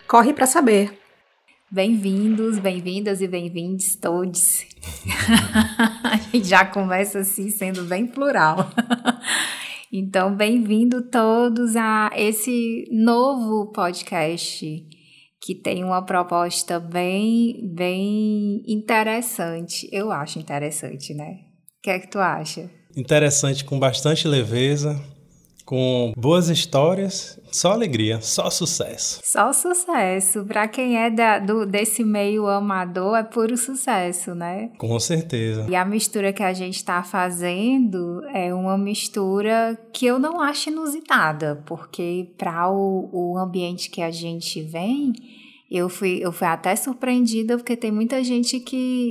Corre para saber. Bem-vindos, bem-vindas e bem-vindos todos. A gente já começa assim, sendo bem plural. Então, bem-vindo todos a esse novo podcast que tem uma proposta bem interessante. Eu acho interessante, né? O que é que tu acha? Interessante, com bastante leveza, com boas histórias, só alegria, só sucesso. Só sucesso. Para quem é desse meio amador, é puro sucesso, né? Com certeza. E a mistura que a gente está fazendo é uma mistura que eu não acho inusitada, porque para o ambiente que a gente vem, eu fui até surpreendida, porque tem muita gente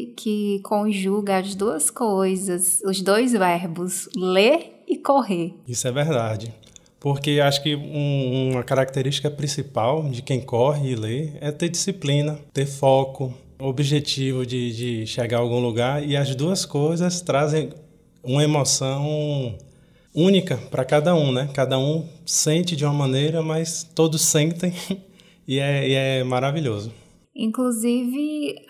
que conjuga as duas coisas, os dois verbos, ler e correr. Isso é verdade. Porque acho que uma característica principal de quem corre e lê é ter disciplina, ter foco, objetivo de chegar a algum lugar, e as duas coisas trazem uma emoção única para cada um, né? Cada um sente de uma maneira, mas todos sentem e é maravilhoso. Inclusive,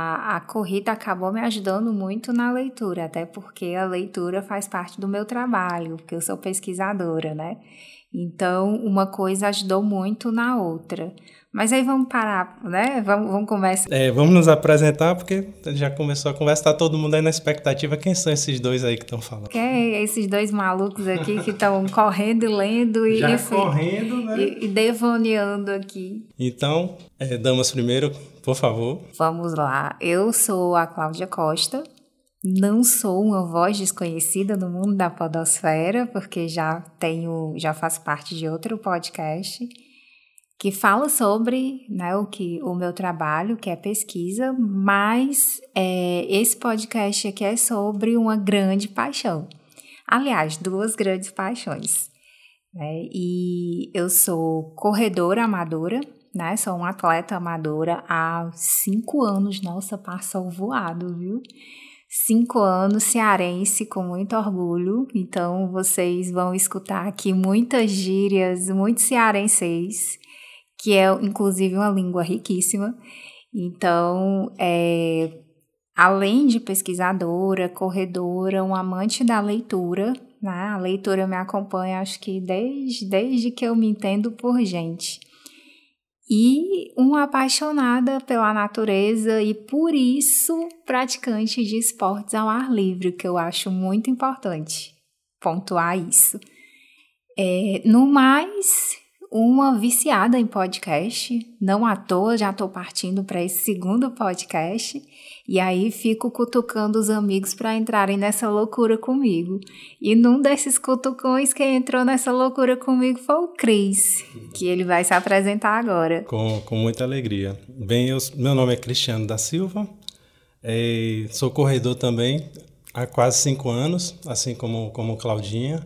a corrida acabou me ajudando muito na leitura, até porque a leitura faz parte do meu trabalho, porque eu sou pesquisadora, né? Então, uma coisa ajudou muito na outra. Mas aí vamos parar, né? Vamos começar. Vamos nos apresentar, porque já começou a conversa, tá todo mundo aí na expectativa. Quem são esses dois aí que estão falando? Quem é esses dois malucos aqui que estão correndo, lendo e correndo, né? E devaneando aqui. Então, damas primeiro, por favor. Vamos lá. Eu sou a Cláudia Costa. Não sou uma voz desconhecida no mundo da podosfera, porque já faço parte de outro podcast que fala sobre, né, o meu trabalho, que é pesquisa, mas esse podcast aqui é sobre uma grande paixão. Aliás, duas grandes paixões. Né? E eu sou corredora amadora, né? Sou uma atleta amadora há 5 anos. Nossa, passou voado, viu? 5 anos, cearense, com muito orgulho. Então, vocês vão escutar aqui muitas gírias, muito cearenseis, que é, inclusive, uma língua riquíssima. Então, além de pesquisadora, corredora, um amante da leitura, né? A leitura me acompanha, acho que desde que eu me entendo por gente. E uma apaixonada pela natureza e, por isso, praticante de esportes ao ar livre, que eu acho muito importante pontuar isso. No mais, uma viciada em podcast, não à toa, já estou partindo para esse segundo podcast, e aí fico cutucando os amigos para entrarem nessa loucura comigo. E num desses cutucões, quem entrou nessa loucura comigo foi o Cris, que ele vai se apresentar agora. Com muita alegria. Bem, meu nome é Cristiano da Silva, sou corredor também há quase 5 anos, assim como Claudinha.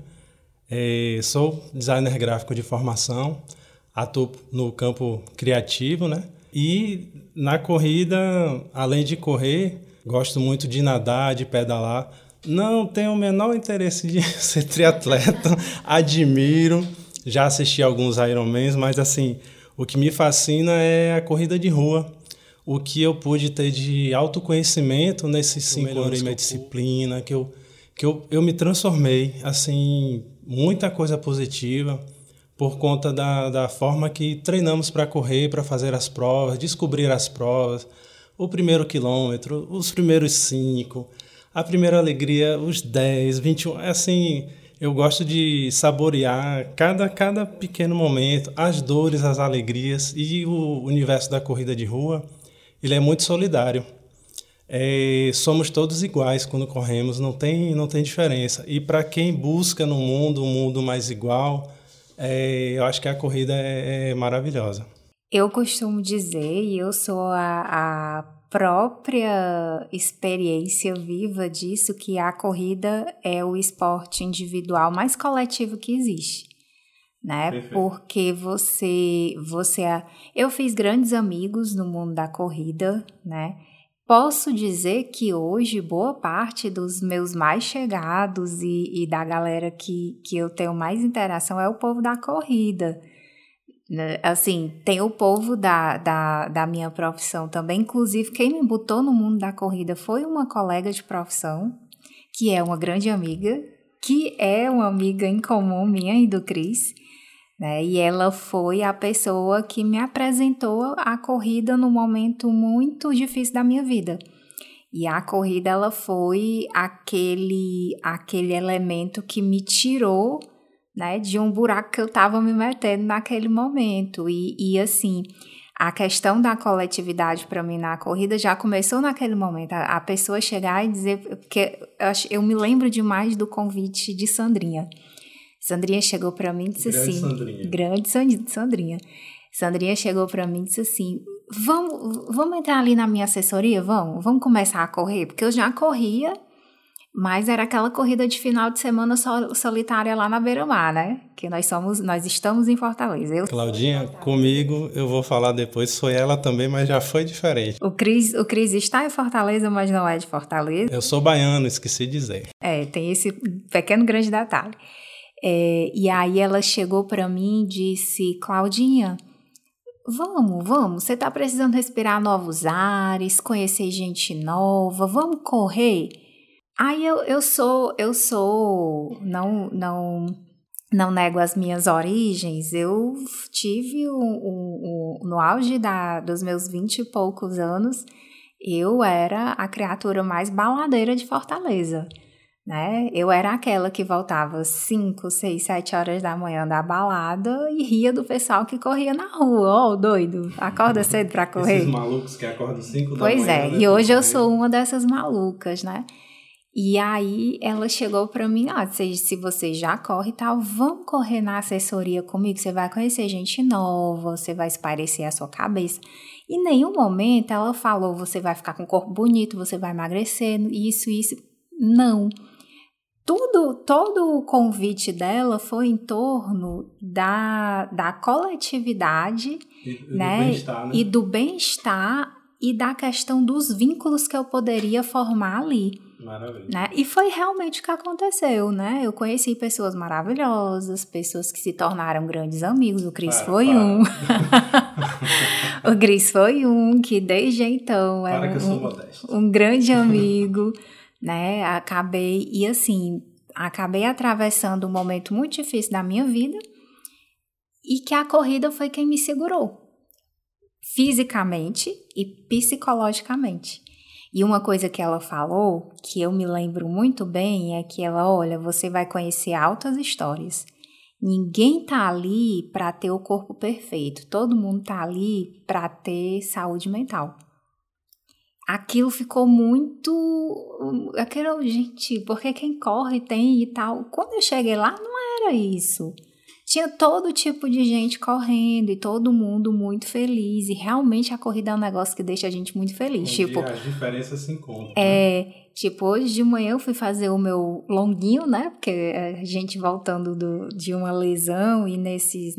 Sou designer gráfico de formação, atuo no campo criativo, né? E na corrida, além de correr, gosto muito de nadar, de pedalar. Não tenho o menor interesse de ser triatleta, admiro, já assisti alguns Ironmans, mas assim, o que me fascina é a corrida de rua. O que eu pude ter de autoconhecimento nesses 5 anos de disciplina, que eu me transformei, assim, muita coisa positiva por conta da forma que treinamos para correr, para fazer as provas, descobrir as provas, o primeiro quilômetro, os primeiros 5, a primeira alegria, os 10, 21, assim, eu gosto de saborear cada pequeno momento, as dores, as alegrias, e o universo da corrida de rua, ele é muito solidário. Somos todos iguais quando corremos, não tem diferença. E para quem busca no mundo um mundo mais igual, eu acho que a corrida é maravilhosa. Eu costumo dizer, e eu sou a própria experiência viva disso, que a corrida é o esporte individual mais coletivo que existe. Né? Perfeito. Porque eu fiz grandes amigos no mundo da corrida, né? Posso dizer que hoje boa parte dos meus mais chegados e da galera que eu tenho mais interação é o povo da corrida. né? Assim, tem o povo da minha profissão também. Inclusive, quem me botou no mundo da corrida foi uma colega de profissão, que é uma grande amiga, que é uma amiga em comum minha e do Cris, né? E ela foi a pessoa que me apresentou a corrida num momento muito difícil da minha vida. E a corrida, ela foi aquele elemento que me tirou, né, de um buraco que eu estava me metendo naquele momento. E assim, a questão da coletividade para mim na corrida já começou naquele momento. A pessoa chegar e dizer... Porque eu me lembro demais do convite de Sandrinha. Sandrinha chegou para mim e disse assim... Grande Sandrinha. Sandrinha chegou para mim e disse assim... Vamos entrar ali na minha assessoria? Vamos começar a correr? Porque eu já corria, mas era aquela corrida de final de semana solitária lá na beira-mar, né? Que nós estamos em Fortaleza. Claudinha, comigo, eu vou falar depois, foi ela também, mas já foi diferente. O Cris está em Fortaleza, mas não é de Fortaleza. Eu sou baiano, esqueci de dizer. Tem esse pequeno grande detalhe. E aí ela chegou para mim e disse, Claudinha... Vamos, você tá precisando respirar novos ares, conhecer gente nova, vamos correr? Aí eu não nego as minhas origens, eu tive no auge dos meus 20 e poucos anos, eu era a criatura mais baladeira de Fortaleza. Né? Eu era aquela que voltava 5, 6, 7 horas da manhã da balada e ria do pessoal que corria na rua. Doido, acorda cedo pra correr. Esses malucos que acordam 5 da manhã. Pois é, e hoje eu sou uma dessas malucas, né? E aí ela chegou pra mim, se você já corre e tal, vamos correr na assessoria comigo, você vai conhecer gente nova, você vai espairecer a sua cabeça. Em nenhum momento ela falou, você vai ficar com o corpo bonito, você vai emagrecer, isso. Não. Todo o convite dela foi em torno da coletividade, né? Do bem-estar, né? E do bem-estar e da questão dos vínculos que eu poderia formar ali. Maravilha. Né? E foi realmente o que aconteceu, né? Eu conheci pessoas maravilhosas, pessoas que se tornaram grandes amigos. O Cris foi um. O Cris foi um que desde então é um grande amigo. Né? Acabei atravessando um momento muito difícil da minha vida e que a corrida foi quem me segurou fisicamente e psicologicamente. E uma coisa que ela falou, que eu me lembro muito bem, é que ela, olha, você vai conhecer altas histórias. Ninguém tá ali para ter o corpo perfeito, todo mundo tá ali para ter saúde mental. Aquilo ficou muito... gente, porque quem corre tem e tal. Quando eu cheguei lá, não era isso. Tinha todo tipo de gente correndo e todo mundo muito feliz. E realmente a corrida é um negócio que deixa a gente muito feliz. As diferenças se encontram. Hoje de manhã eu fui fazer o meu longuinho, né? Porque a gente voltando de uma lesão e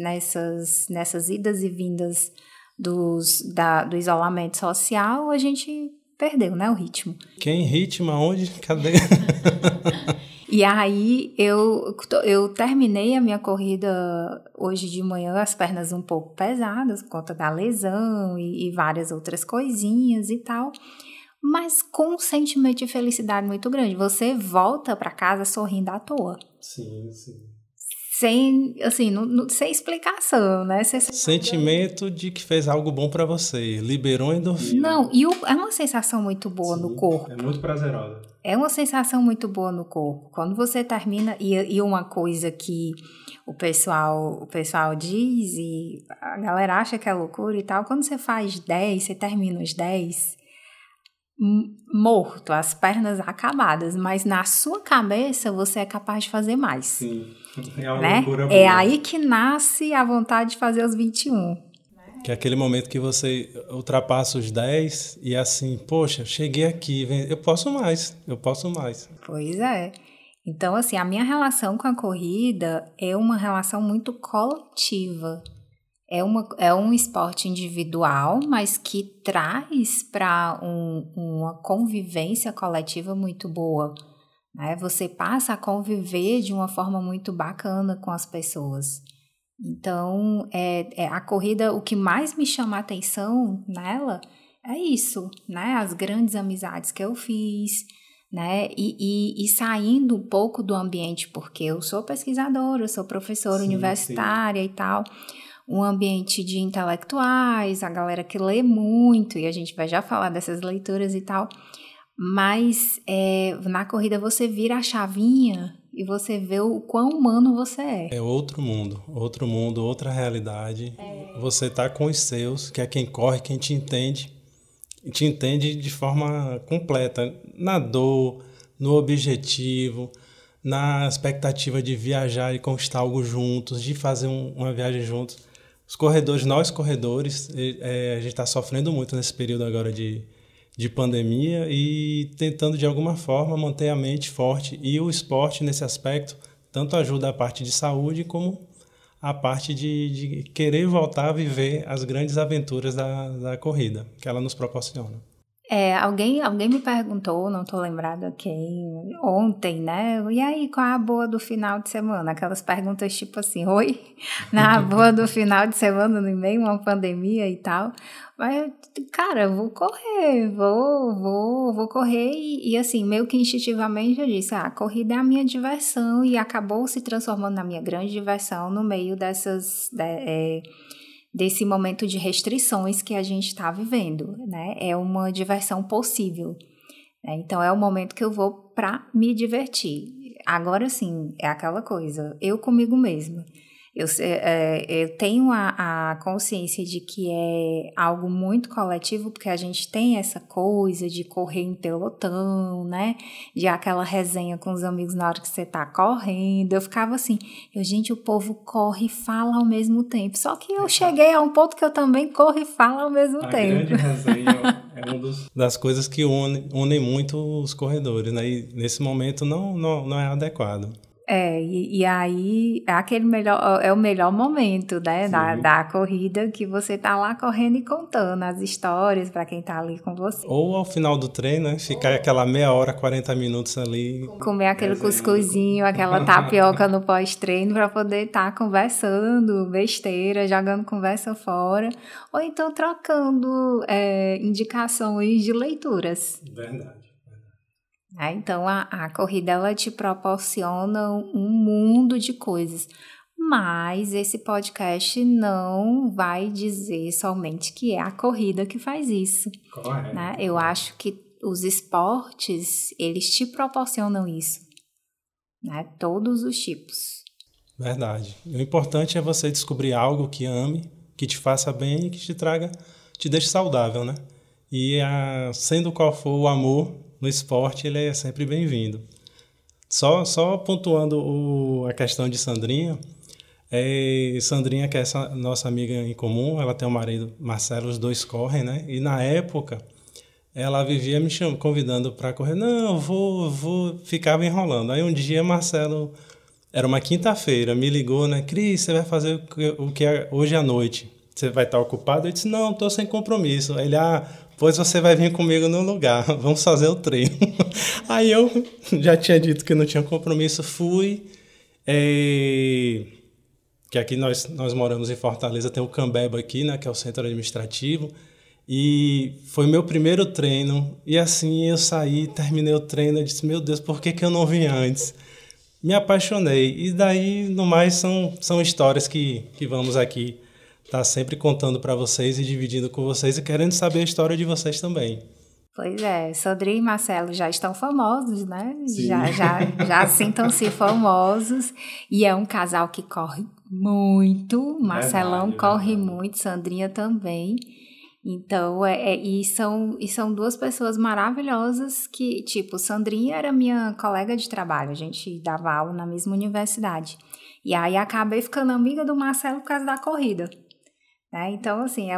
nessas idas e vindas do isolamento social, a gente perdeu, né, o ritmo. Quem ritmo aonde? Cadê? E aí eu terminei a minha corrida hoje de manhã, as pernas um pouco pesadas por conta da lesão e várias outras coisinhas e tal, mas com um sentimento de felicidade muito grande. Você volta para casa sorrindo à toa. Sim. Sem explicação, né? Sentimento de que fez algo bom pra você, liberou endorfina. Não, é uma sensação muito boa no corpo. É muito prazerosa. É uma sensação muito boa no corpo. Quando você termina, e uma coisa que o pessoal diz, e a galera acha que é loucura e tal, quando você faz 10, você termina os 10... morto, as pernas acabadas, mas na sua cabeça você é capaz de fazer mais. Sim, é uma né? loucura boa. É aí que nasce a vontade de fazer os 21. Que é aquele momento que você ultrapassa os 10 e assim, poxa, cheguei aqui, eu posso mais. Pois é. Então, assim, a minha relação com a corrida é uma relação muito coletiva. É um esporte individual, mas que traz para uma convivência coletiva muito boa. Né? Você passa a conviver de uma forma muito bacana com as pessoas. Então, a corrida, o que mais me chama a atenção nela é isso, né? As grandes amizades que eu fiz, né? E saindo um pouco do ambiente, porque eu sou pesquisadora, eu sou professora universitária e tal, um ambiente de intelectuais, a galera que lê muito, e a gente vai já falar dessas leituras e tal, mas na corrida você vira a chavinha e você vê o quão humano você é. É outro mundo, outra realidade. Você tá com os seus, que é quem corre, quem te entende de forma completa, na dor, no objetivo, na expectativa de viajar e conquistar algo juntos, de fazer uma viagem juntos. Nós corredores, a gente está sofrendo muito nesse período agora de pandemia e tentando de alguma forma manter a mente forte, e o esporte nesse aspecto tanto ajuda a parte de saúde como a parte de querer voltar a viver as grandes aventuras da corrida que ela nos proporciona. Alguém me perguntou, não estou lembrada quem, ontem, né? E aí, qual é a boa do final de semana? Aquelas perguntas tipo assim, oi? Na boa do final de semana, no meio de uma pandemia e tal. Mas, cara, eu vou correr, vou correr e assim, meio que instintivamente eu disse, a corrida é a minha diversão e acabou se transformando na minha grande diversão no meio desse momento de restrições que a gente está vivendo, né? É uma diversão possível, né? Então, é o momento que eu vou para me divertir. Agora sim, é aquela coisa, eu comigo mesma. Eu tenho a consciência de que é algo muito coletivo, porque a gente tem essa coisa de correr em pelotão, né? De aquela resenha com os amigos na hora que você tá correndo. Eu ficava assim, gente, o povo corre e fala ao mesmo tempo. Só que eu cheguei a um ponto que eu também corro e falo ao mesmo tempo. A grande resenha é uma das coisas que unem muito os corredores, né? E nesse momento não é adequado. E aí é o melhor momento, né, da corrida, que você tá lá correndo e contando as histórias para quem tá ali com você. Ou ao final do treino, né, ficar aquela meia hora, 40 minutos ali. Comer aquele cuscuzinho, aquela tapioca no pós-treino para poder estar conversando besteira, jogando conversa fora, ou então trocando indicações de leituras. Verdade. Então, a corrida, ela te proporciona um mundo de coisas, mas esse podcast não vai dizer somente que é a corrida que faz isso. Correto. Né? Eu acho que os esportes, eles te proporcionam isso, né? Todos os tipos. Verdade. O importante é você descobrir algo que ame, que te faça bem e que te deixe saudável, né? E sendo qual for o amor no esporte, ele é sempre bem-vindo. Só pontuando a questão de Sandrinha. Sandrinha, que é essa nossa amiga em comum, ela tem um marido, Marcelo, os dois correm, né? E na época, ela vivia me convidando para correr. Não, vou, ficava enrolando. Aí um dia, Marcelo, era uma quinta-feira, me ligou, né? Cris, você vai fazer o que é hoje à noite? Você vai estar ocupado? Eu disse, não, estou sem compromisso. Ele, pois você vai vir comigo no lugar, vamos fazer o treino. Aí eu já tinha dito que não tinha compromisso, fui. Que aqui nós moramos em Fortaleza, tem o Cambeba aqui, né, que é o centro administrativo. E foi meu primeiro treino. E assim eu saí, terminei o treino, eu disse, meu Deus, por que eu não vim antes? Me apaixonei. E daí, no mais, são histórias que vamos aqui tá sempre contando para vocês e dividindo com vocês e querendo saber a história de vocês também. Pois é, Sandrinha e Marcelo já estão famosos, né? Sim. Já sintam-se famosos. E é um casal que corre muito. Marcelão corre muito, Sandrinha também. Então, são duas pessoas maravilhosas que, tipo, Sandrinha era minha colega de trabalho. A gente dava aula na mesma universidade. E aí acabei ficando amiga do Marcelo por causa da corrida. Né? Então, assim,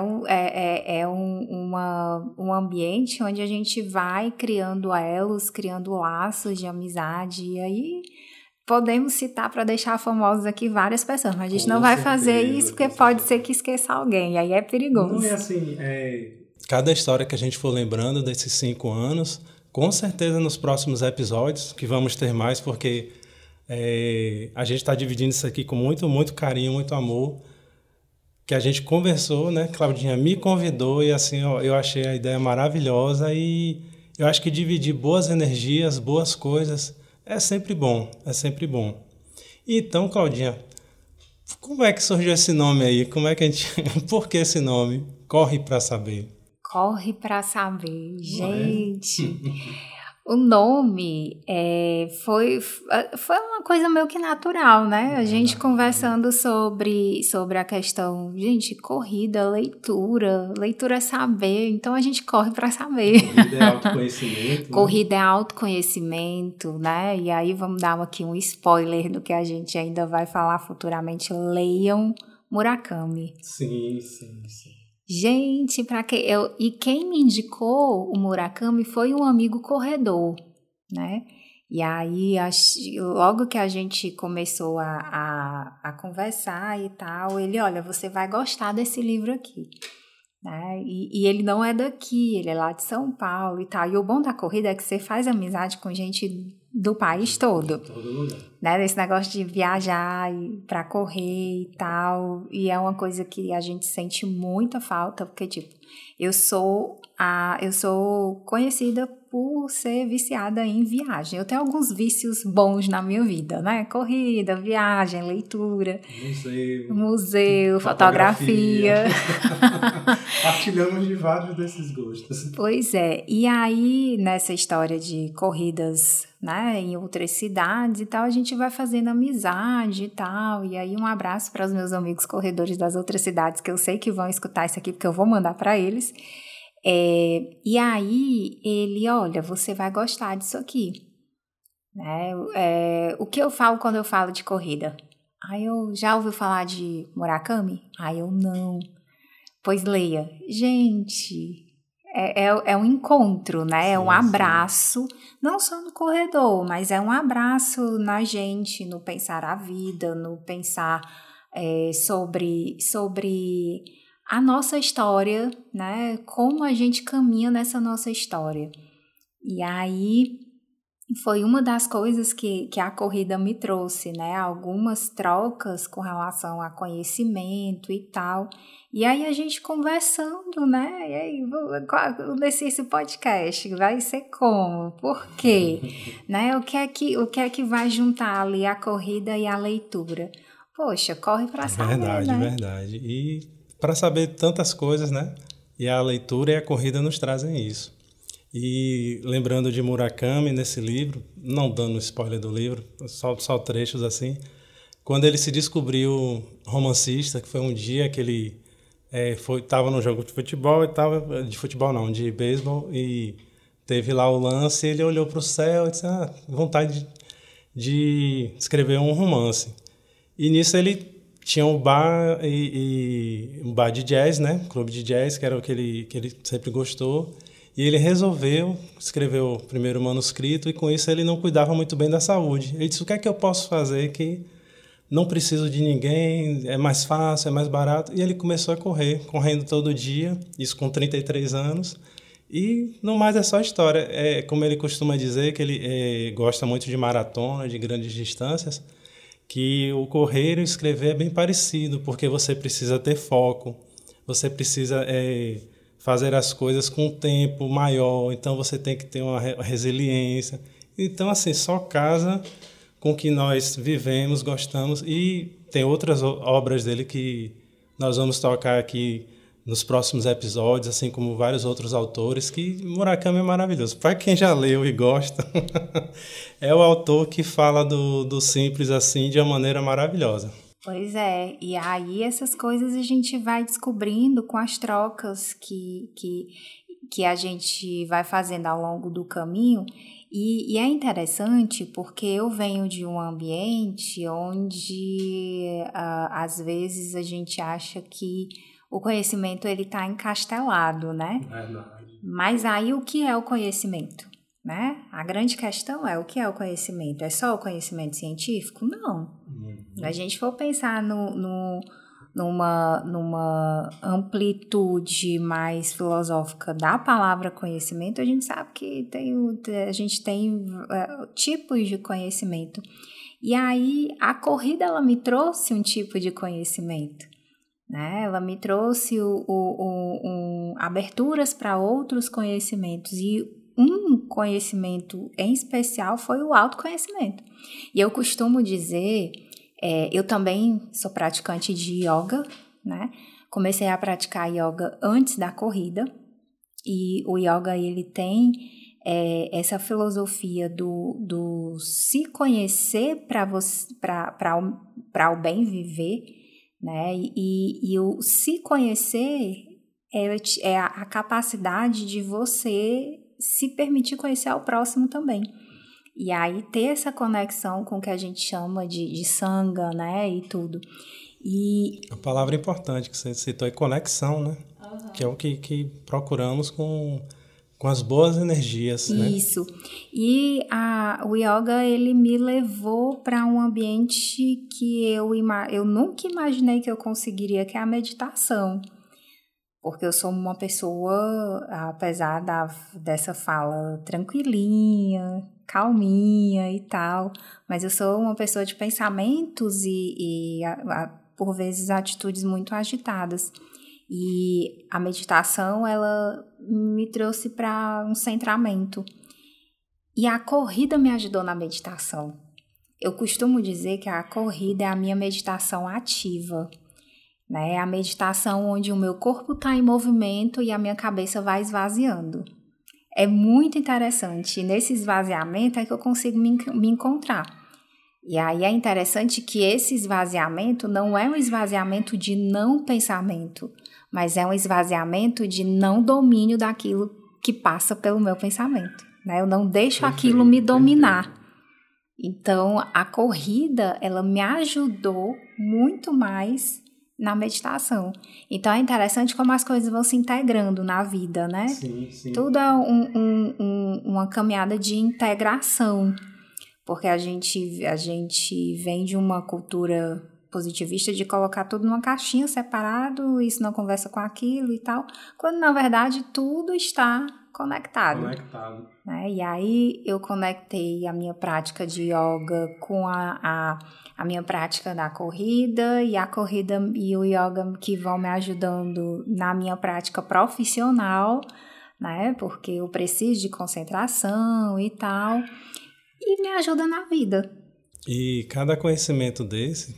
um ambiente onde a gente vai criando elos, criando laços de amizade, e aí podemos citar para deixar famosos aqui várias pessoas, mas a gente não vai fazer isso porque pode ser que esqueça alguém, aí é perigoso. Não é assim, cada história que a gente for lembrando desses 5 anos, com certeza nos próximos episódios, que vamos ter mais, porque A gente está dividindo isso aqui com muito, muito carinho, muito amor, que a gente conversou, né? Claudinha me convidou e assim eu achei a ideia maravilhosa e eu acho que dividir boas energias, boas coisas é sempre bom, é sempre bom. Então, Claudinha, como é que surgiu esse nome aí? Como é que a gente... Por que esse nome? Corre para saber. Corre para saber, gente. O nome foi uma coisa meio que natural, né? A gente conversando sobre a questão, gente, corrida, leitura é saber, então a gente corre para saber. Corrida é autoconhecimento. Corrida é autoconhecimento, né? E aí vamos dar aqui um spoiler do que a gente ainda vai falar futuramente. Leiam Murakami. Sim. Gente, e quem me indicou o Murakami foi um amigo corredor, né? E aí, logo que a gente começou a conversar e tal, ele, olha, você vai gostar desse livro aqui, né? E ele não é daqui, ele é lá de São Paulo e tal. E o bom da corrida é que você faz amizade com gente do país todo. Todo lugar. Né? Esse negócio de viajar para correr e tal. E é uma coisa que a gente sente muita falta, porque, tipo, eu sou conhecida por ser viciada em viagem. Eu tenho alguns vícios bons na minha vida, né? Corrida, viagem, leitura. Museu, fotografia. Partilhamos de vários desses gostos. Pois é. E aí, nessa história de corridas, né, em outras cidades e tal, a gente vai fazendo amizade e tal. E aí, um abraço para os meus amigos corredores das outras cidades, que eu sei que vão escutar isso aqui, porque eu vou mandar para eles. E aí, ele, olha, você vai gostar disso aqui. Né? O que eu falo quando eu falo de corrida? Aí eu já ouviu falar de Murakami? Aí eu não. Pois leia. Gente, é um encontro, né? Sim, é um abraço, não só no corredor, mas é um abraço na gente, no pensar a vida, no pensar sobre a nossa história, né? Como a gente caminha nessa nossa história. E aí foi uma das coisas que a corrida me trouxe, né? Algumas trocas com relação a conhecimento e tal. E aí a gente conversando, né? E aí, esse podcast vai ser como? Por quê? Né? O que é que vai juntar ali a corrida e a leitura? Poxa, corre para saber, verdade, né? Verdade. E para saber tantas coisas, né? E a leitura e a corrida nos trazem isso. E lembrando de Murakami nesse livro, não dando spoiler do livro, só trechos assim, quando ele se descobriu romancista, que foi um dia que ele estava no jogo de futebol de beisebol, e teve lá o lance, ele olhou para o céu e disse, vontade de escrever um romance. E nisso ele tinha um bar um bar de jazz, né? Clube de jazz, que era o que ele sempre gostou. E ele resolveu escrever o primeiro manuscrito e com isso ele não cuidava muito bem da saúde. Ele disse, o que é que eu posso fazer que não preciso de ninguém, é mais fácil, é mais barato. E ele começou a correndo todo dia, isso com 33 anos. E no mais é só história. Como ele costuma dizer, que ele gosta muito de maratona, de grandes distâncias, que o correr e o escrever é bem parecido, porque você precisa ter foco, você precisa fazer as coisas com um tempo maior, então você tem que ter uma resiliência. Então, assim, só casa com o que nós vivemos, gostamos, e tem outras obras dele que nós vamos tocar aqui nos próximos episódios, assim como vários outros autores, que Murakami é maravilhoso. Para quem já leu e gosta, é o autor que fala do simples assim de uma maneira maravilhosa. Pois é, e aí essas coisas a gente vai descobrindo com as trocas que a gente vai fazendo ao longo do caminho, e é interessante porque eu venho de um ambiente onde às vezes a gente acha que o conhecimento ele está encastelado, né? Verdade. Mas aí o que é o conhecimento? Né? A grande questão é o que é o conhecimento? É só o conhecimento científico? Não. Se a gente for pensar numa amplitude mais filosófica da palavra conhecimento, a gente sabe que a gente tem tipos de conhecimento. E aí a corrida ela me trouxe um tipo de conhecimento, né? Ela me trouxe aberturas para outros conhecimentos, e um conhecimento em especial foi o autoconhecimento. E eu costumo dizer, eu também sou praticante de yoga, né? Comecei a praticar yoga antes da corrida, e o yoga ele tem essa filosofia do se conhecer para o bem viver, né? E o se conhecer é a capacidade de você se permitir conhecer ao próximo também. E aí ter essa conexão com o que a gente chama de sangha, né? E tudo. E A palavra importante que você citou é conexão, né? Uhum. Que é o que procuramos com as boas energias, né? Isso. E o yoga, ele me levou para um ambiente que eu nunca imaginei que eu conseguiria, que é a meditação. Porque eu sou uma pessoa, apesar dessa fala tranquilinha, calminha e tal, mas eu sou uma pessoa de pensamentos e por vezes, atitudes muito agitadas. E a meditação, ela me trouxe para um centramento. E a corrida me ajudou na meditação. Eu costumo dizer que a corrida é a minha meditação ativa, né? É a meditação onde o meu corpo está em movimento e a minha cabeça vai esvaziando. É muito interessante. E nesse esvaziamento é que eu consigo me encontrar. E aí é interessante que esse esvaziamento não é um esvaziamento de não pensamento, mas é um esvaziamento de não domínio daquilo que passa pelo meu pensamento, né? Eu não deixo aquilo me dominar. Então, a corrida, ela me ajudou muito mais na meditação. Então, é interessante como as coisas vão se integrando na vida, né? Sim, sim. Tudo é uma caminhada de integração, porque a gente vem de uma cultura positivista de colocar tudo numa caixinha separado, isso não conversa com aquilo e tal, quando na verdade tudo está conectado. Né? E aí eu conectei a minha prática de yoga com a minha prática da corrida, e a corrida e o yoga que vão me ajudando na minha prática profissional, né? Porque eu preciso de concentração e tal, e me ajuda na vida. E cada conhecimento desse,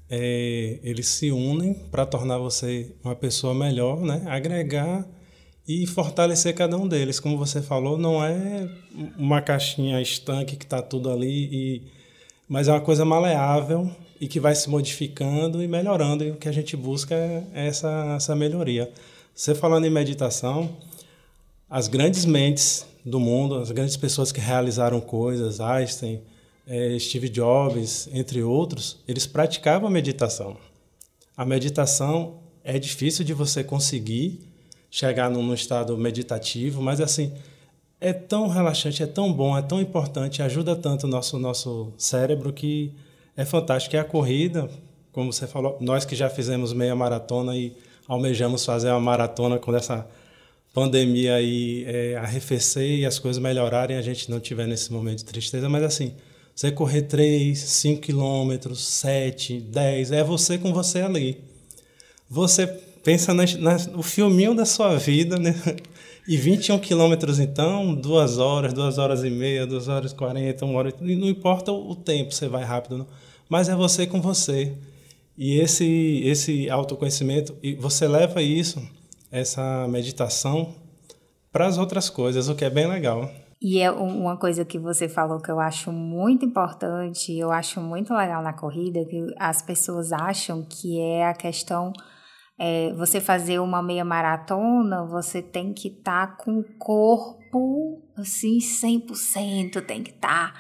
eles se unem para tornar você uma pessoa melhor, né? Agregar e fortalecer cada um deles. Como você falou, não é uma caixinha estanque que está tudo ali, mas é uma coisa maleável e que vai se modificando e melhorando. E o que a gente busca é essa melhoria. Você falando em meditação, as grandes mentes do mundo, as grandes pessoas que realizaram coisas, Einstein, Steve Jobs, entre outros, eles praticavam a meditação. A meditação é difícil de você conseguir chegar num estado meditativo, mas assim, é tão relaxante, é tão bom, é tão importante, ajuda tanto o nosso cérebro que é fantástico. E a corrida, como você falou, nós que já fizemos meia maratona e almejamos fazer uma maratona quando essa pandemia aí arrefecer e as coisas melhorarem, a gente não tiver nesse momento de tristeza, mas assim, você correr 3, 5 quilômetros, 7, 10, é você com você ali. Você pensa no filminho da sua vida, né? E 21 quilômetros, então, 2 horas, 2 horas e meia, 2 horas e 40, 1 hora... Não importa o tempo, você vai rápido, não. Mas é você com você. E esse autoconhecimento, e você leva isso, essa meditação, para as outras coisas, o que é bem legal. E é uma coisa que você falou que eu acho muito importante, eu acho muito legal na corrida, que as pessoas acham que é a questão... você fazer uma meia maratona, você tem que estar com o corpo assim 100%, tem que estar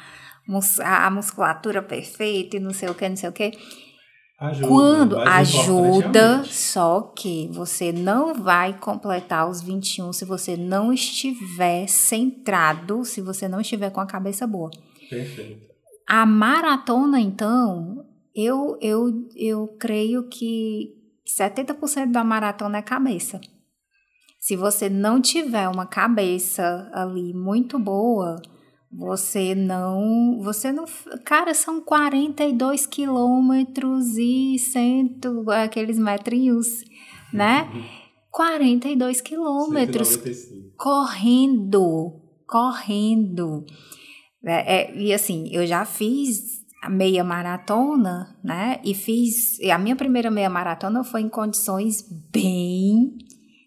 a musculatura perfeita e não sei o que. Quando ajuda, só que você não vai completar os 21 se você não estiver centrado, se você não estiver com a cabeça boa. Perfeito. A maratona, então, eu creio que 70% da maratona é cabeça. Se você não tiver uma cabeça ali muito boa, Cara, são 42 quilômetros e aqueles metrinhos, né? 42 quilômetros 195. correndo. E assim, eu já fiz a meia maratona, né? E a minha primeira meia maratona foi em condições bem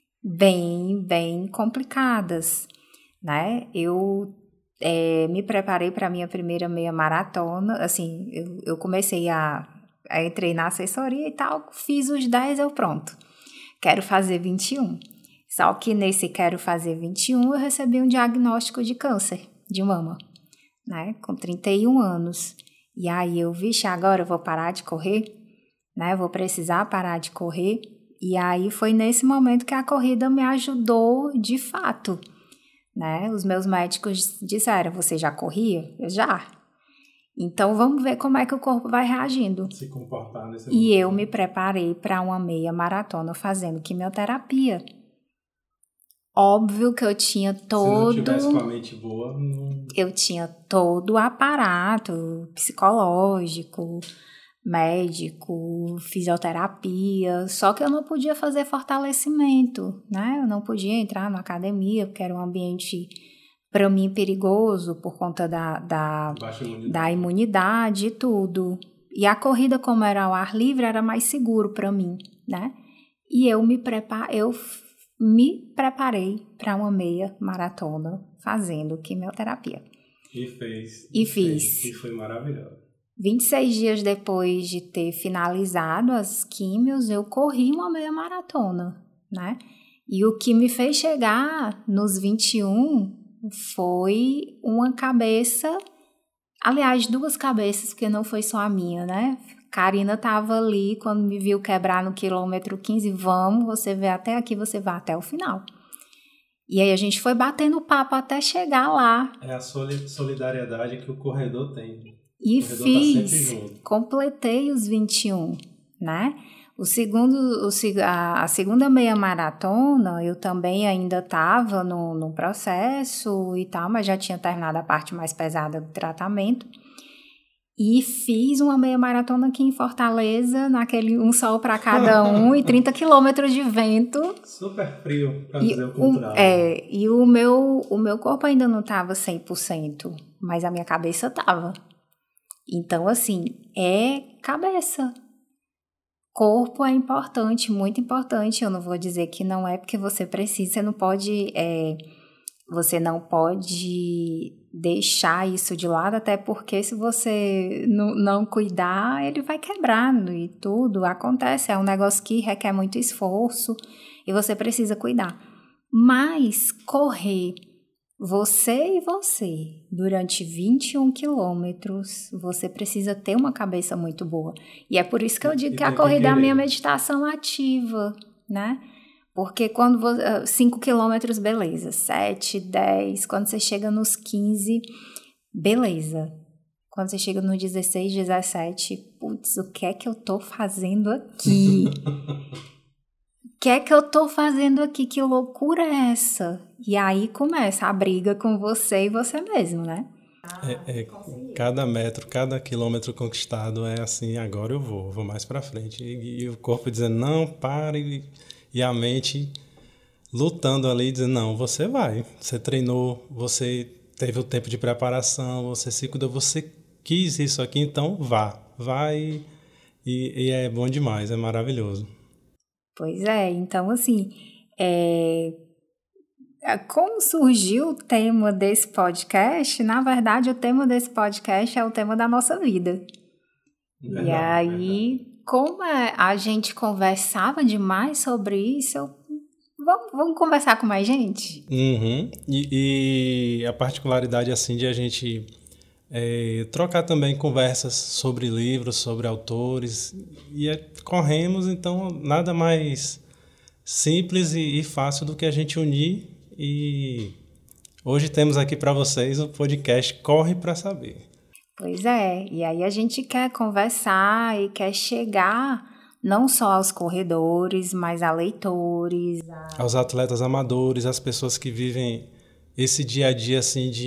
complicadas, né? Eu me preparei para a minha primeira meia maratona, assim, eu comecei entrei na assessoria e tal, fiz os 10, pronto, quero fazer 21. Só que nesse quero fazer 21, eu recebi um diagnóstico de câncer de mama, né, com 31 anos. E aí agora eu vou parar de correr, né, vou precisar parar de correr. E aí foi nesse momento que a corrida me ajudou de fato, né? Os meus médicos disseram, você já corria? Eu já. Então vamos ver como é que o corpo vai reagindo. Se comportar nesse momento. E eu me preparei para uma meia maratona fazendo quimioterapia. Óbvio que eu tinha todo... Se não tivesse com a mente boa... Não... Eu tinha todo o aparato psicológico, médico, fisioterapia, só que eu não podia fazer fortalecimento, né? Eu não podia entrar na academia, porque era um ambiente, para mim, perigoso, por conta da imunidade e tudo. E a corrida, como era ao ar livre, era mais seguro para mim, né? E eu me preparei para uma meia maratona fazendo quimioterapia. E fiz. E foi maravilhoso. 26 dias depois de ter finalizado as químios, eu corri uma meia maratona, né? E o que me fez chegar nos 21 foi uma cabeça, aliás, 2 cabeças, porque não foi só a minha, né? Karina estava ali, quando me viu quebrar no quilômetro 15, você vê até aqui, você vai até o final. E aí a gente foi batendo papo até chegar lá. É a solidariedade que o corredor tem. E completei os 21, né? A segunda meia maratona, eu também ainda estava no processo e tal, mas já tinha terminado a parte mais pesada do tratamento. E fiz uma meia maratona aqui em Fortaleza, um sol para cada um e 30 quilômetros de vento. Super frio, para dizer o contrário. E o meu corpo ainda não estava 100%, mas a minha cabeça estava. Então, assim, cabeça. Corpo é importante, muito importante. Eu não vou dizer que não é porque você precisa, você não pode deixar isso de lado, até porque se você não cuidar, ele vai quebrando e tudo. Acontece, é um negócio que requer muito esforço e você precisa cuidar. Mas correr... Você, durante 21 quilômetros, você precisa ter uma cabeça muito boa. E é por isso que eu digo que a corrida é a minha meditação ativa, né? Porque 5 quilômetros, beleza. 7, 10, quando você chega nos 15, beleza. Quando você chega nos 16, 17, putz, o que é que eu tô fazendo aqui? O que é que eu tô fazendo aqui? Que loucura é essa? E aí começa a briga com você e você mesmo, né? Cada metro, cada quilômetro conquistado é assim, agora eu vou mais pra frente. E o corpo dizendo, não, pare. E a mente lutando ali, dizendo, não, você vai. Você treinou, você teve o tempo de preparação, você se cuidou, você quis isso aqui, então vai. E é bom demais, é maravilhoso. Pois é, então assim, como surgiu o tema desse podcast? Na verdade, o tema desse podcast é o tema da nossa vida. Verdade, e aí, como a gente conversava demais sobre isso, vamos conversar com mais gente? Uhum. E a particularidade assim de a gente trocar também conversas sobre livros, sobre autores, e corremos, então nada mais simples e fácil do que a gente unir. E hoje temos aqui para vocês o podcast Corre para Saber. Pois é, e aí a gente quer conversar e quer chegar não só aos corredores, mas a leitores, aos atletas amadores, às pessoas que vivem esse dia a dia assim de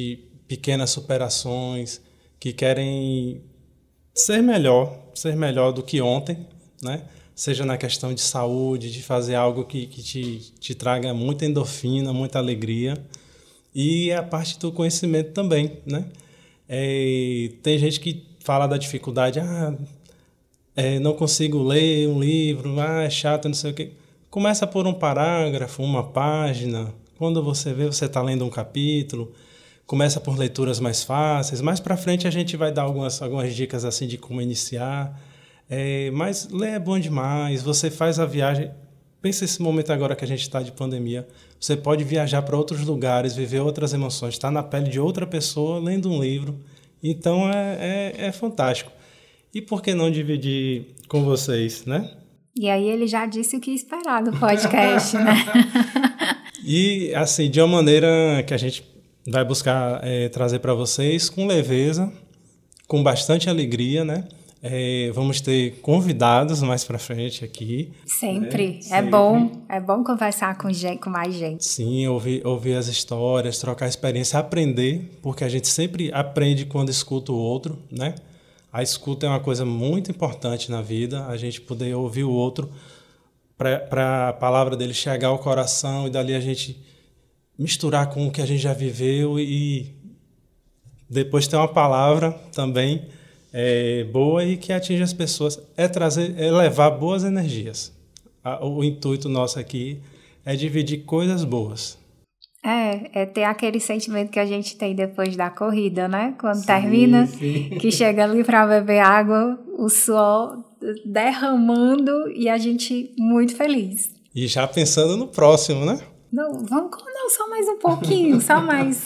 pequenas superações, que querem ser melhor do que ontem, né? Seja na questão de saúde, de fazer algo que te traga muita endorfina, muita alegria. E a parte do conhecimento também, né? Tem gente que fala da dificuldade, não consigo ler um livro, é chato, não sei o quê. Começa por um parágrafo, uma página. Quando você vê, você está lendo um capítulo. Começa por leituras mais fáceis. Mais para frente a gente vai dar algumas dicas assim de como iniciar. Mas ler é bom demais. Você faz a viagem. Pensa esse momento agora que a gente está de pandemia. Você pode viajar para outros lugares, viver outras emoções, estar na pele de outra pessoa lendo um livro. Então é fantástico. E por que não dividir com vocês, né? E aí ele já disse o que esperar do podcast, né? E assim, de uma maneira que a gente vai buscar trazer para vocês com leveza, com bastante alegria, né? Vamos ter convidados mais para frente aqui. Sempre. Sempre. É bom conversar com mais gente. Sim, ouvir as histórias, trocar experiência, aprender, porque a gente sempre aprende quando escuta o outro, né? A escuta é uma coisa muito importante na vida, a gente poder ouvir o outro para a palavra dele chegar ao coração e dali a gente misturar com o que a gente já viveu e depois ter uma palavra também boa e que atinge as pessoas. É levar boas energias. O intuito nosso aqui é dividir coisas boas. É ter aquele sentimento que a gente tem depois da corrida, né? Quando termina, que chega ali para beber água, o suor derramando e a gente muito feliz. E já pensando no próximo, né? Só mais um pouquinho, só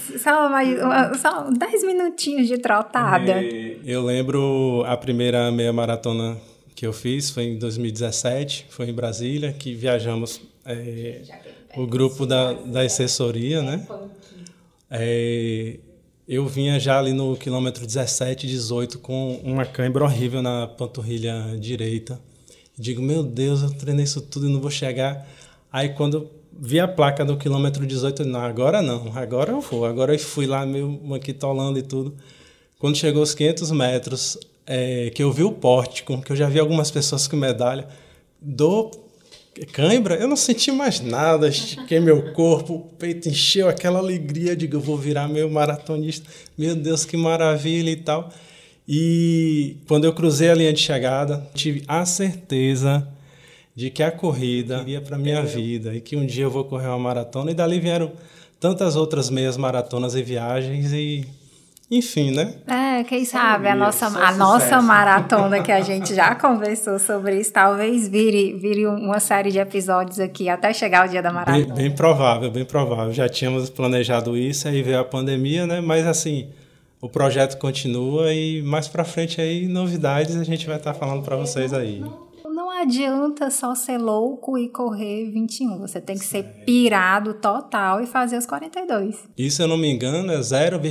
10 minutinhos de trotada. Eu lembro a primeira meia maratona que eu fiz, foi em 2017, foi em Brasília, que viajamos... o grupo da assessoria, né? Eu vinha já ali no quilômetro 17, 18 com uma cãibra horrível na panturrilha direita. Digo, meu Deus, eu treinei isso tudo e não vou chegar. Aí quando vi a placa do quilômetro 18, não, agora eu vou. Agora eu fui lá meio maquitolando e tudo. Quando chegou aos 500 metros, que eu vi o pórtico, que eu já vi algumas pessoas com medalha, cãibra, eu não senti mais nada, estiquei meu corpo, o peito encheu, aquela alegria, digo, eu vou virar meu maratonista, meu Deus, que maravilha e tal. E quando eu cruzei a linha de chegada, tive a certeza de que a corrida iria para a minha vida e que um dia eu vou correr uma maratona, e dali vieram tantas outras meias maratonas e viagens e... Enfim, né? Quem sabe a nossa maratona, que a gente já conversou sobre isso, talvez vire uma série de episódios aqui até chegar o dia da maratona. Bem provável. Já tínhamos planejado isso, aí veio a pandemia, né? Mas assim, o projeto continua e mais pra frente aí, novidades, a gente vai estar falando para vocês aí. Não adianta só ser louco e correr 21. Você tem que ser pirado total e fazer os 42. Isso, se eu não me engano, é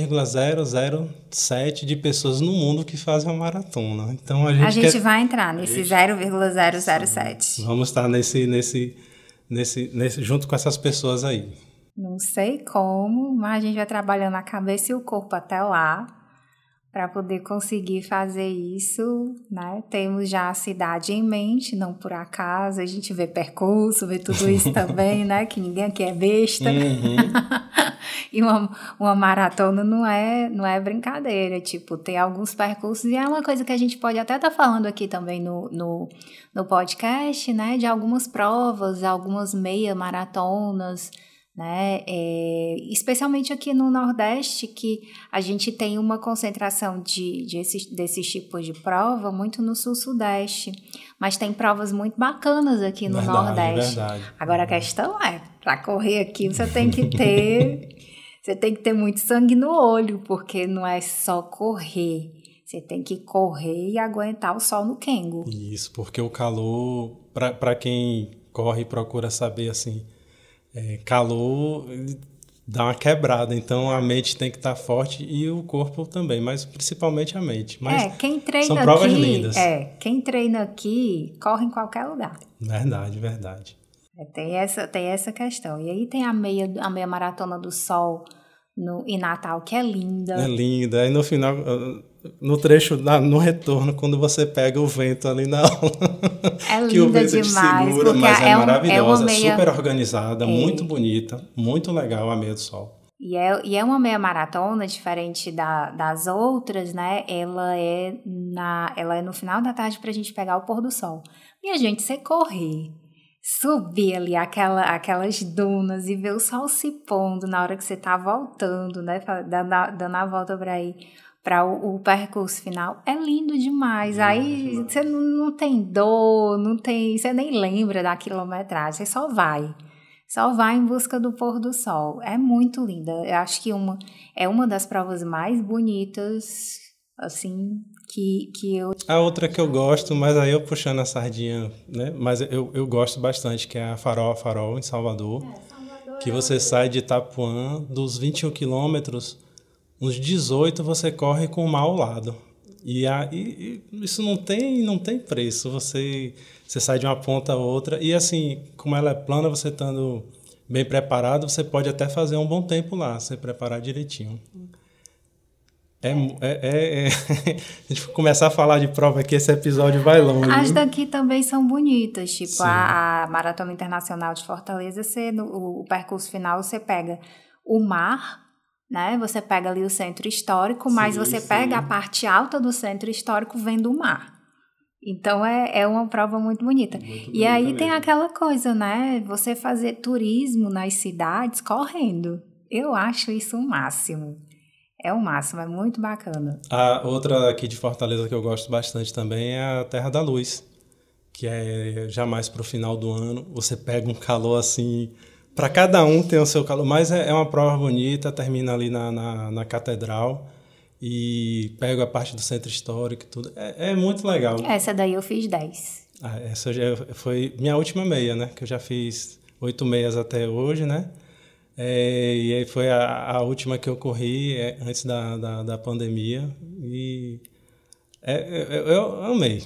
0,007 de pessoas no mundo que fazem uma maratona. Então a gente vai entrar nesse 0,007. Vamos estar nesse junto com essas pessoas aí. Não sei como, mas a gente vai trabalhando a cabeça e o corpo até lá para poder conseguir fazer isso, né? Temos já a cidade em mente, não por acaso, a gente vê percurso, vê tudo isso também, né? Que ninguém aqui é besta. Uhum. E uma maratona não é brincadeira, tipo, tem alguns percursos, e é uma coisa que a gente pode até estar falando aqui também no podcast, né? De algumas provas, algumas meia maratonas, né? Especialmente aqui no Nordeste, que a gente tem uma concentração desses tipos de prova muito no Sul-Sudeste, mas tem provas muito bacanas aqui no Nordeste. Agora a questão para correr aqui você tem que ter muito sangue no olho, porque não é só correr, você tem que correr e aguentar o sol no quengo. Isso, porque o calor, para quem corre e procura saber assim, calor dá uma quebrada, então a mente tem que estar forte e o corpo também, mas principalmente a mente. Mas quem treina são provas lindas. Quem treina aqui corre em qualquer lugar. Verdade. Tem essa questão. E aí tem a meia maratona do sol, em Natal, que é linda. É linda. Aí no final, no trecho, no retorno, quando você pega o vento ali na aula, É que o linda vento te demais, segura, porque mas é maravilhosa, uma meia... super organizada, muito bonita, muito legal a Meia do Sol. E é uma meia maratona diferente das outras, né? Ela é no final da tarde pra gente pegar o pôr do sol. Minha gente, você correr, subir ali aquelas dunas e ver o sol se pondo na hora que você tá voltando, né? Dando a volta pra ir para o percurso final, é lindo demais. Aí você não tem dor, você nem lembra da quilometragem, você só vai. Só vai em busca do pôr do sol. É muito linda. Eu acho que é uma das provas mais bonitas, assim, que eu... A outra que eu gosto, mas aí eu puxando a sardinha, né? Mas eu gosto bastante, que é a Farol a Farol, em Salvador. Que você sai de Itapuã, dos 21 quilômetros, uns 18 você corre com o mar ao lado. E isso não tem preço. Você sai de uma ponta a outra. E assim, como ela é plana, você estando bem preparado, você pode até fazer um bom tempo lá, se preparar direitinho. A gente começar a falar de prova aqui, esse episódio vai longe. As daqui também são bonitas, tipo a Maratona Internacional de Fortaleza, o percurso final você pega o mar, né? Você pega ali o centro histórico, mas você pega a parte alta do centro histórico vendo o mar. Então é uma prova muito bonita. E aí tem aquela coisa, né? Você fazer turismo nas cidades correndo. Eu acho isso o máximo. É o máximo, é muito bacana. A outra aqui de Fortaleza que eu gosto bastante também é a Terra da Luz, que é já mais pro final do ano. Você pega um calor assim, para cada um tem o seu calor, mas é uma prova bonita, termina ali na Catedral e pega a parte do Centro Histórico e tudo. É muito legal. Essa daí eu fiz 10. Essa já foi minha última meia, né? Que eu já fiz 8 meias até hoje, né? E aí foi a última que eu corri antes da pandemia e eu amei.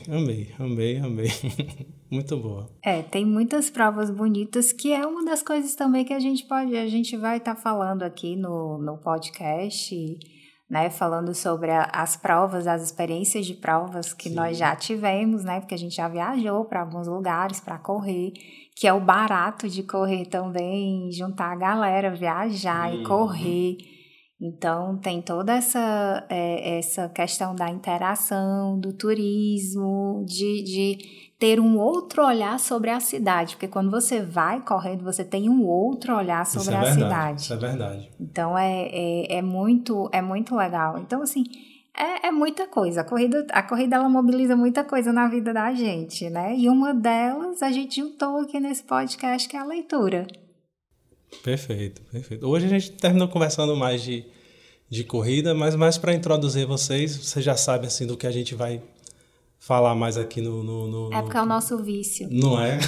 Muito boa. Tem muitas provas bonitas, que é uma das coisas também que a gente vai estar falando aqui no podcast, né, falando sobre as provas, as experiências de provas que nós já tivemos, né, porque a gente já viajou para alguns lugares para correr, que é o barato de correr também, juntar a galera, viajar e correr. Então, tem toda essa questão da interação, do turismo, de ter um outro olhar sobre a cidade, porque quando você vai correndo, você tem um outro olhar sobre a cidade. Isso é verdade. Então, é muito legal. Então, assim, é muita coisa. A corrida ela mobiliza muita coisa na vida da gente, né? E uma delas a gente juntou aqui nesse podcast, que é a leitura. Perfeito. Hoje a gente terminou conversando mais de corrida, mas mais para introduzir vocês já sabem assim, do que a gente vai falar mais aqui no porque é o nosso vício. Não é?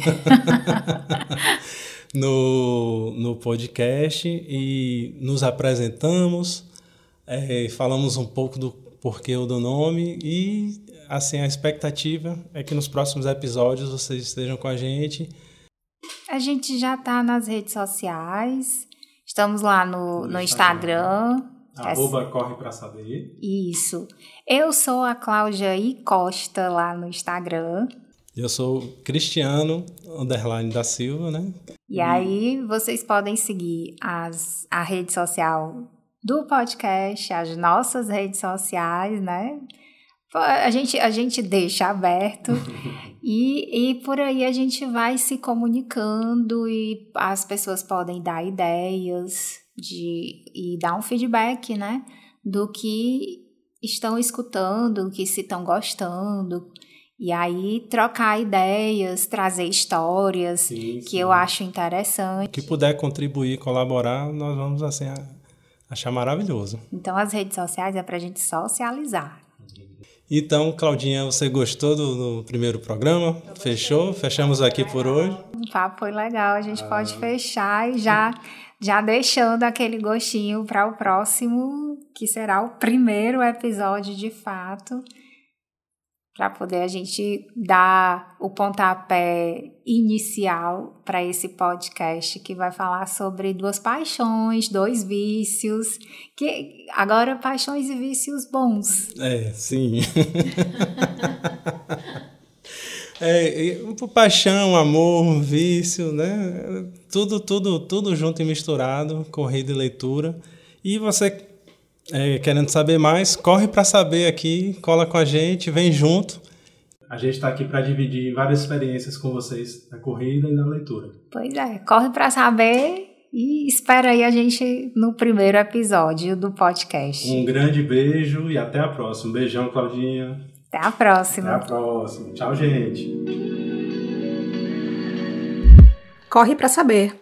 no podcast, e nos apresentamos, falamos um pouco do porquê do nome e assim, a expectativa é que nos próximos episódios vocês estejam com a gente. A gente já está nas redes sociais, estamos lá no Instagram. Corre Pra Saber. Isso. Eu sou a Cláudia I. Costa lá no Instagram. Eu sou Cristiano _ da Silva, né? E aí vocês podem seguir a rede social do podcast, as nossas redes sociais, né? A gente deixa aberto e por aí a gente vai se comunicando e as pessoas podem dar ideias e dar um feedback, né? Do que estão escutando, do que se estão gostando. E aí trocar ideias, trazer histórias que eu acho interessante. O que puder contribuir, colaborar, nós vamos assim achar maravilhoso. Então as redes sociais é pra gente socializar. Então, Claudinha, você gostou do primeiro programa? Fechou? Fechamos aqui por hoje? O papo foi legal, a gente pode fechar e já deixando aquele gostinho para o próximo, que será o primeiro episódio de fato. para poder a gente dar o pontapé inicial para esse podcast que vai falar sobre 2 paixões, 2 vícios, que agora paixões e vícios bons. Sim. Paixão, amor, vício, né? Tudo junto e misturado, corrida e leitura. E você, querendo saber mais, corre para saber aqui, cola com a gente, vem junto. A gente está aqui para dividir várias experiências com vocês na corrida e na leitura. Pois é, corre para saber e espera aí a gente no primeiro episódio do podcast. Um grande beijo e até a próxima. Beijão, Claudinha. Até a próxima. Até a próxima. Tchau, gente. Corre para saber.